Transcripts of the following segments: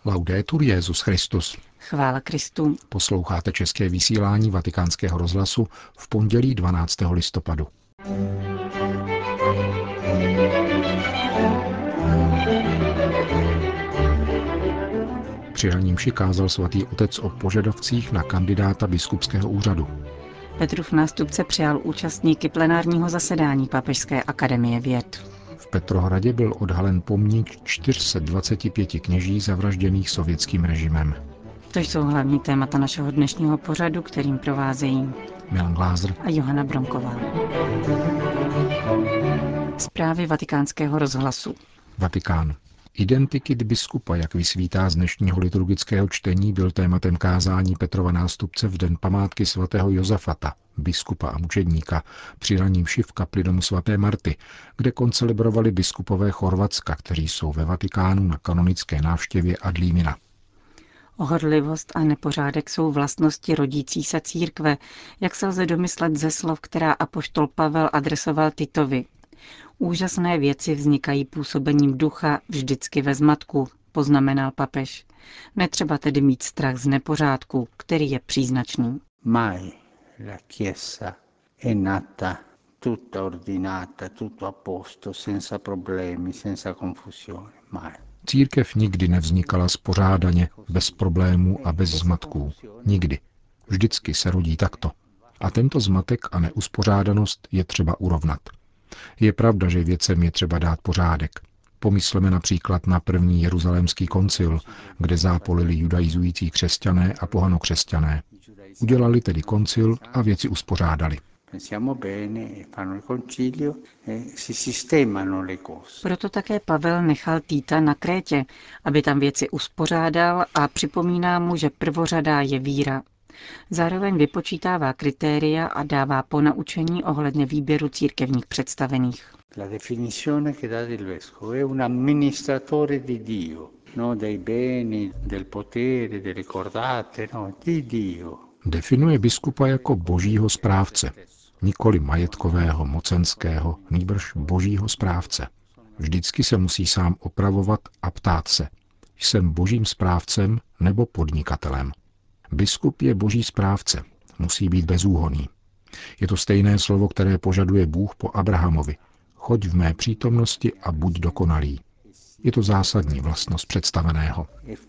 Laudetur Jesus Christus. Chvála Kristu. Posloucháte české vysílání Vatikánského rozhlasu v pondělí 12. listopadu. Při raní mši kázal svatý otec o požadavcích na kandidáta biskupského úřadu. Petrův nástupce přijal účastníky plenárního zasedání Papežské akademie věd. V Petrohradě byl odhalen pomník 425 kněží zavražděných sovětským režimem. To jsou hlavní témata našeho dnešního pořadu, kterým provázejí Milan Glázer a Johana Bronková. Zprávy Vatikánského rozhlasu. Vatikán. Identikit biskupa, jak vysvítá z dnešního liturgického čtení, byl tématem kázání Petrova nástupce v den památky svatého Josafata, biskupa a mučedníka, při raní mši v kapli domu svaté Marty, kde koncelebrovali biskupové Chorvatska, kteří jsou ve Vatikánu na kanonické návštěvě ad limina. Horlivost a nepořádek jsou vlastnosti rodící se církve, jak se lze domyslet ze slov, která apoštol Pavel adresoval Titovi. Úžasné věci vznikají působením ducha vždycky ve zmatku, poznamenal papež. Netřeba tedy mít strach z nepořádku, který je příznačný. Mai la Chiesa è nata tutta ordinata, tutto a posto, senza problemi, senza confusione. Mai. Církev nikdy nevznikala spořádaně, bez problémů a bez zmatků. Nikdy. Vždycky se rodí takto. A tento zmatek a neuspořádanost je třeba urovnat. Je pravda, že věcem je třeba dát pořádek. Pomysleme například na první jeruzalémský koncil, kde zápolili judaizující křesťané a pohanokřesťané. Udělali tedy koncil a věci uspořádali. Proto také Pavel nechal Týta na Krétě, aby tam věci uspořádal, a připomíná mu, že prvořadá je víra. Zároveň vypočítává kritéria a dává ponaučení ohledně výběru církevních představených. La definizione che dà del vescovo è un amministratore di Dio, no dei beni, del potere, delle cordate, no, di Dio. Definuje biskupa jako božího správce, nikoli majetkového, mocenského, nýbrž božího správce. Vždycky se musí sám opravovat a ptát se, jsem božím správcem nebo podnikatelem. Biskup je boží správce, musí být bezúhonný. Je to stejné slovo, které požaduje Bůh po Abrahamovi. Choď v mé přítomnosti a buď dokonalý. Je to zásadní vlastnost představeného.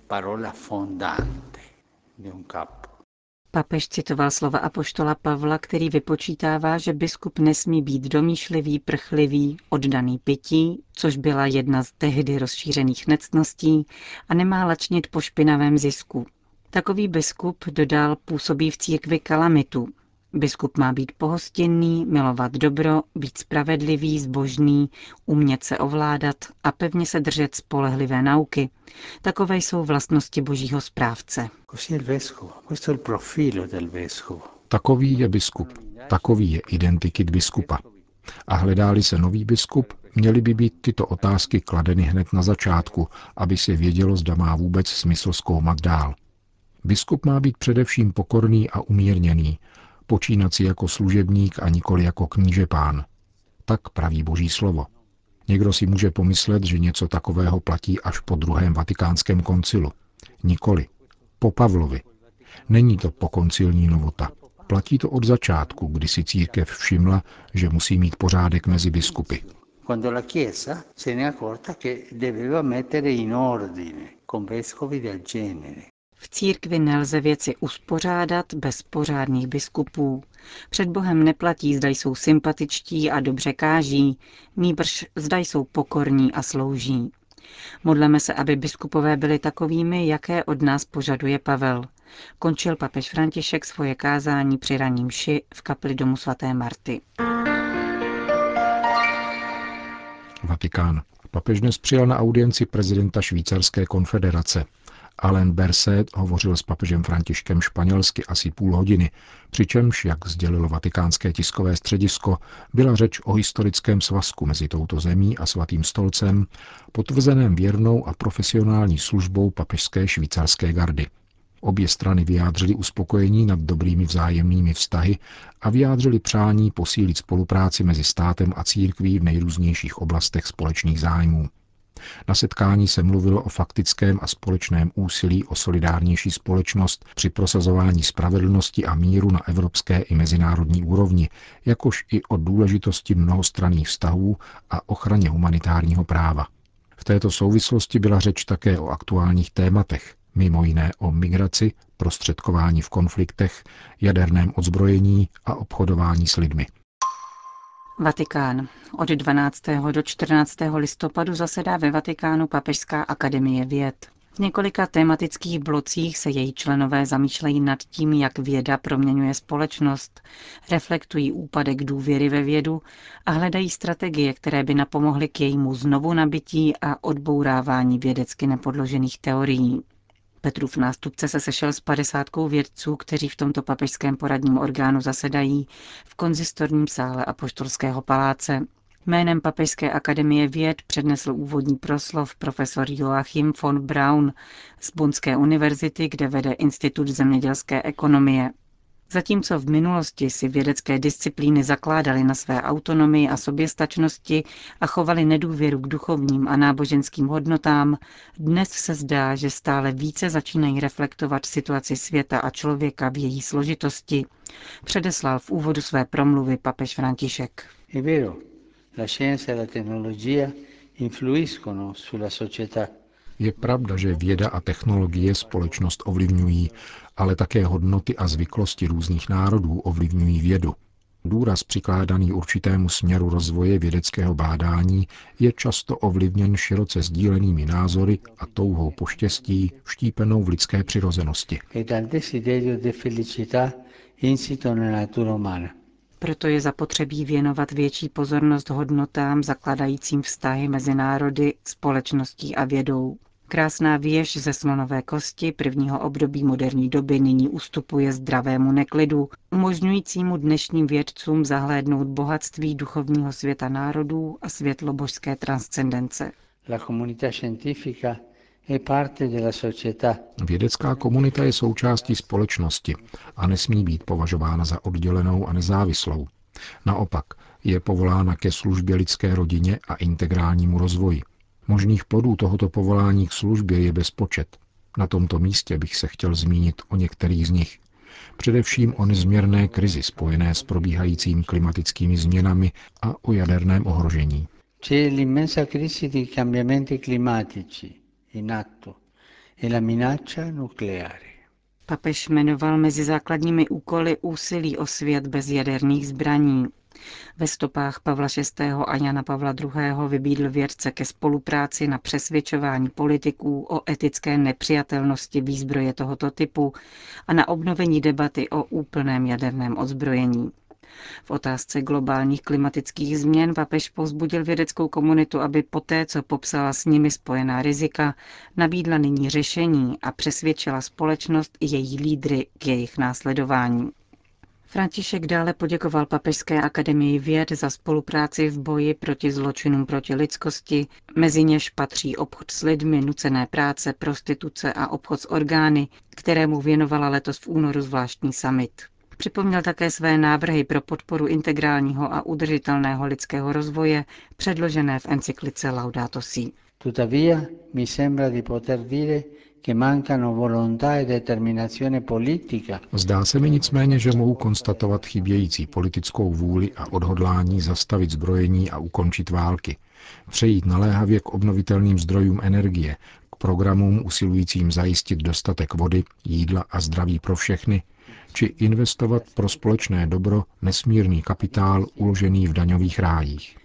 Papež citoval slova apoštola Pavla, který vypočítává, že biskup nesmí být domýšlivý, prchlivý, oddaný pití, což byla jedna z tehdy rozšířených nectností, a nemá lačnit po špinavém zisku. Takový biskup, dodal, působí v církvi kalamitu. Biskup má být pohostinný, milovat dobro, být spravedlivý, zbožný, umět se ovládat a pevně se držet spolehlivé nauky. Takové jsou vlastnosti božího správce. Takový je biskup, takový je identikit biskupa. A hledá-li se nový biskup, měly by být tyto otázky kladeny hned na začátku, aby se vědělo, zda má vůbec smysl zkoumat dál. Biskup má být především pokorný a umírněný, počínat si jako služebník a nikoli jako knížepán. Tak praví Boží slovo. Někdo si může pomyslet, že něco takového platí až po druhém vatikánském koncilu. Nikoli. Po Pavlovi. Není to pokoncilní novota. Platí to od začátku, kdy si církev všimla, že musí mít pořádek mezi biskupy. Quando la Chiesa se ne accorta che doveva mettere in ordine con vescovi del genere. V církvi nelze věci uspořádat bez pořádných biskupů. Před Bohem neplatí, zda jsou sympatičtí a dobře káží, nýbrž zda jsou pokorní a slouží. Modleme se, aby biskupové byli takovými, jaké od nás požaduje Pavel. Končil papež František svoje kázání při raní mši v kapli domu svaté Marty. Vatikán. Papež dnes přijal na audienci prezidenta Švýcarské konfederace. Alain Berset hovořil s papežem Františkem španělsky asi půl hodiny, přičemž, jak sdělilo vatikánské tiskové středisko, byla řeč o historickém svazku mezi touto zemí a Svatým stolcem, potvrzeném věrnou a profesionální službou papežské švýcarské gardy. Obě strany vyjádřily uspokojení nad dobrými vzájemnými vztahy a vyjádřily přání posílit spolupráci mezi státem a církví v nejrůznějších oblastech společných zájmů. Na setkání se mluvilo o faktickém a společném úsilí o solidárnější společnost při prosazování spravedlnosti a míru na evropské i mezinárodní úrovni, jakož i o důležitosti mnohostranných vztahů a ochraně humanitárního práva. V této souvislosti byla řeč také o aktuálních tématech, mimo jiné o migraci, prostředkování v konfliktech, jaderném odzbrojení a obchodování s lidmi. Vatikán. Od 12. do 14. listopadu zasedá ve Vatikánu Papežská akademie věd. V několika tematických blocích se její členové zamýšlejí nad tím, jak věda proměňuje společnost, reflektují úpadek důvěry ve vědu a hledají strategie, které by napomohly k jejímu znovu nabití a odbourávání vědecky nepodložených teorií. Petrův nástupce se sešel s 50 vědců, kteří v tomto papežském poradním orgánu zasedají v konzistorním sále Apoštolského paláce. Jménem Papežské akademie věd přednesl úvodní proslov profesor Joachim von Braun z Bonnské univerzity, kde vede Institut zemědělské ekonomie. Zatímco v minulosti si vědecké disciplíny zakládaly na své autonomii a soběstačnosti a chovaly nedůvěru k duchovním a náboženským hodnotám, dnes se zdá, že stále více začínají reflektovat situaci světa a člověka v její složitosti, předeslal v úvodu své promluvy papež František. Je pravda, že věda a technologie společnost ovlivňují, ale také hodnoty a zvyklosti různých národů ovlivňují vědu. Důraz přikládaný určitému směru rozvoje vědeckého bádání je často ovlivněn široce sdílenými názory a touhou po štěstí vštípenou v lidské přirozenosti. Proto je zapotřebí věnovat větší pozornost hodnotám zakládajícím vztahy mezi národy, společností a vědou. Krásná věž ze slonové kosti prvního období moderní doby nyní ustupuje zdravému neklidu, umožňujícímu dnešním vědcům zahlédnout bohatství duchovního světa národů a světlo božské transcendence. Vědecká komunita je součástí společnosti a nesmí být považována za oddělenou a nezávislou. Naopak je povolána ke službě lidské rodině a integrálnímu rozvoji. Možných plodů tohoto povolání k službě je bezpočet. Na tomto místě bych se chtěl zmínit o některých z nich. Především o nezměrné krizi spojené s probíhajícími klimatickými změnami a o jaderném ohrožení. Papež jmenoval mezi základními úkoly úsilí o svět bez jaderných zbraní. Ve stopách Pavla VI. A Jana Pavla II. Vybídl vědce ke spolupráci na přesvědčování politiků o etické nepřijatelnosti výzbroje tohoto typu a na obnovení debaty o úplném jaderném odzbrojení. V otázce globálních klimatických změn papež povzbudil vědeckou komunitu, aby poté, co popsala s nimi spojená rizika, nabídla nyní řešení a přesvědčila společnost i její lídry k jejich následování. František dále poděkoval Papežské akademii věd za spolupráci v boji proti zločinům proti lidskosti, mezi něž patří obchod s lidmi, nucené práce, prostituce a obchod s orgány, kterému věnovala letos v únoru zvláštní summit. Připomněl také své návrhy pro podporu integrálního a udržitelného lidského rozvoje, předložené v encyklice Laudato Si. Tuttavia, mi sembra di poter dire che mancano volontà e determinazione politica. Zdá se mi nicméně, že mohu konstatovat chybějící politickou vůli a odhodlání zastavit zbrojení a ukončit války, přejít naléhavě k obnovitelným zdrojům energie, k programům usilujícím zajistit dostatek vody, jídla a zdraví pro všechny, či investovat pro společné dobro nesmírný kapitál uložený v daňových rájích.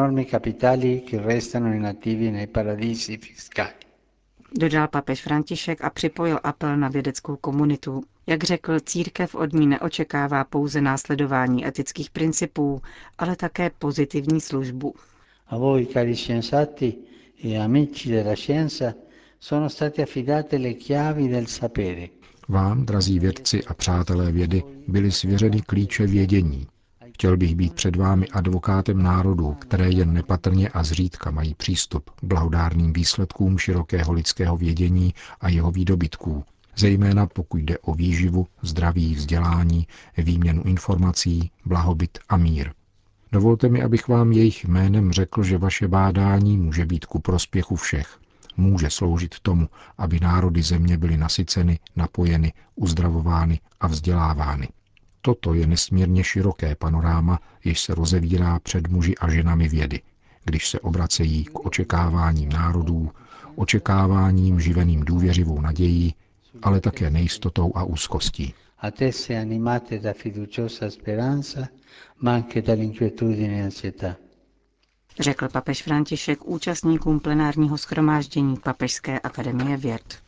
Dodal papež František a připojil apel na vědeckou komunitu. Jak řekl, církev od ní neočekává pouze následování etických principů, ale také pozitivní službu. A voi, cari scienziati e amici della scienza, sono state affidate le chiavi del sapere. Vám, drazí vědci a přátelé vědy, byly svěřeny klíče vědění. Chtěl bych být před vámi advokátem národů, které jen nepatrně a zřídka mají přístup k blahodárným výsledkům širokého lidského vědění a jeho výdobytků, zejména pokud jde o výživu, zdraví, vzdělání, výměnu informací, blahobyt a mír. Dovolte mi, abych vám jejich jménem řekl, že vaše bádání může být ku prospěchu všech. Může sloužit tomu, aby národy země byly nasyceny, napojeny, uzdravovány a vzdělávány. Toto je nesmírně široké panoráma, jež se rozevírá před muži a ženami vědy, když se obracejí k očekáváním národů, očekáváním živeným důvěřivou nadějí, ale také nejistotou a úzkostí. Attese animate da fiduciosa speranza, ma anche dall'inquietudine e ansietà. Řekl papež František účastníkům plenárního shromáždění Papežské akademie věd.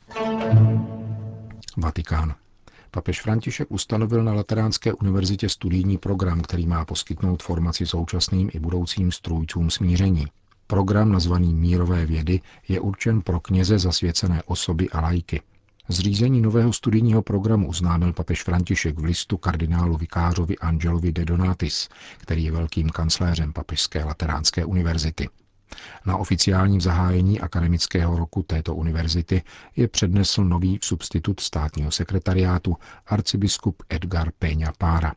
Vatikán. Papež František ustanovil na Lateránské univerzitě studijní program, který má poskytnout formaci současným i budoucím strůjcům smíření. Program nazvaný Mírové vědy je určen pro kněze, zasvěcené osoby a laiky. Zřízení nového studijního programu oznámil papež František v listu kardinálu vikářovi Angelovi de Donatis, který je velkým kancléřem Papežské Lateránské univerzity. Na oficiálním zahájení akademického roku této univerzity je přednesl nový substitut státního sekretariátu arcibiskup Edgar Peña Pára.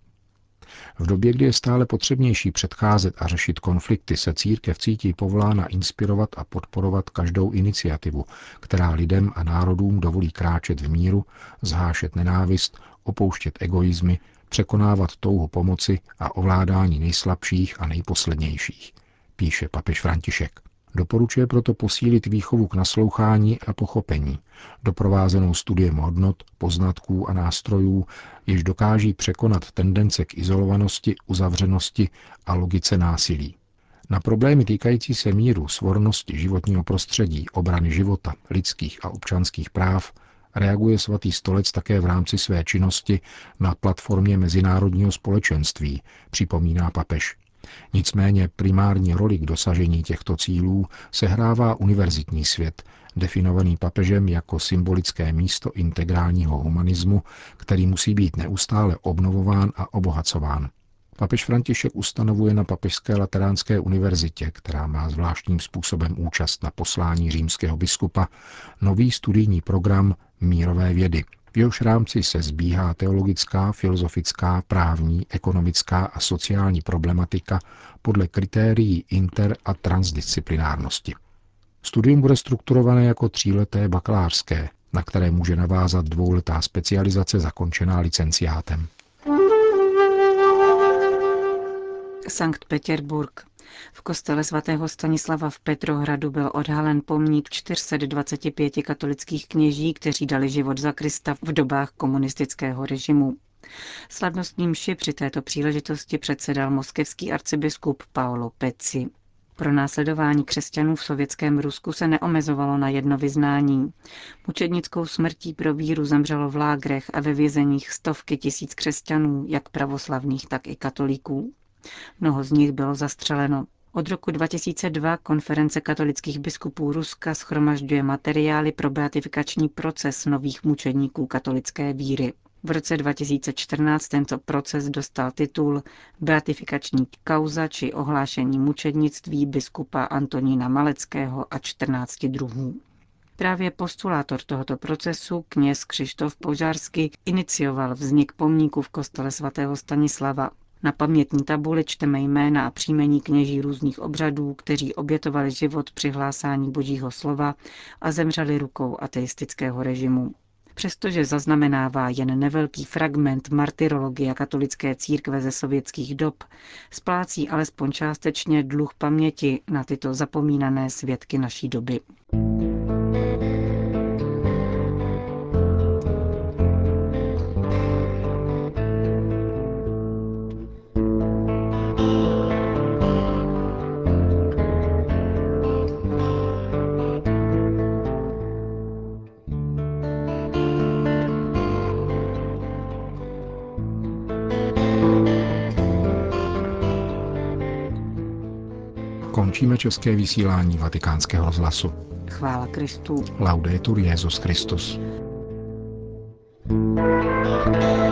V době, kdy je stále potřebnější předcházet a řešit konflikty, se církev cítí povolána inspirovat a podporovat každou iniciativu, která lidem a národům dovolí kráčet v míru, zhášet nenávist, opouštět egoizmy, překonávat touhu pomoci a ovládání nejslabších a nejposlednějších, píše papež František. Doporučuje proto posílit výchovu k naslouchání a pochopení, doprovázenou studiem hodnot, poznatků a nástrojů, jež dokáží překonat tendence k izolovanosti, uzavřenosti a logice násilí. Na problémy týkající se míru, svornosti životního prostředí, obrany života, lidských a občanských práv reaguje Svatý stolec také v rámci své činnosti na platformě mezinárodního společenství, připomíná papež. Nicméně primární roli k dosažení těchto cílů sehrává univerzitní svět, definovaný papežem jako symbolické místo integrálního humanismu, který musí být neustále obnovován a obohacován. Papež František ustanovuje na Papežské Lateránské univerzitě, která má zvláštním způsobem účast na poslání římského biskupa, nový studijní program Mírové vědy. V jehož rámci se sbíhá teologická, filozofická, právní, ekonomická a sociální problematika podle kritérií inter- a transdisciplinárnosti. Studium bude strukturované jako 3leté bakalářské, na které může navázat 2letá specializace zakončená licenciátem. Sankt Petěrburg. V kostele svatého Stanislava v Petrohradu byl odhalen pomník 425 katolických kněží, kteří dali život za Krista v dobách komunistického režimu. Slavnostní mši při této příležitosti předsedal moskevský arcibiskup Paolo Pezzi. Pronásledování křesťanů v sovětském Rusku se neomezovalo na jedno vyznání. Mučednickou smrtí pro víru zemřelo v lágrech a ve vězeních stovky tisíc křesťanů, jak pravoslavných, tak i katolíků. Mnoho z nich bylo zastřeleno. Od roku 2002 konference katolických biskupů Ruska shromažďuje materiály pro beatifikační proces nových mučedníků katolické víry. V roce 2014 tento proces dostal titul Beatifikační kauza či ohlášení mučednictví biskupa Antonína Maleckého a 14 druhů. Právě postulátor tohoto procesu, kněz Křištof Požársky, inicioval vznik pomníku v kostele svatého Stanislava. Na pamětní tabuli čteme jména a příjmení kněží různých obřadů, kteří obětovali život při hlásání Božího slova a zemřeli rukou ateistického režimu. Přestože zaznamenává jen nevelký fragment martyrologie katolické církve ze sovětských dob, splácí alespoň částečně dluh paměti na tyto zapomínané svědky naší doby. Končíme české vysílání Vatikánského rozhlasu. Chvála Kristu. Laudetur Jesus Christus.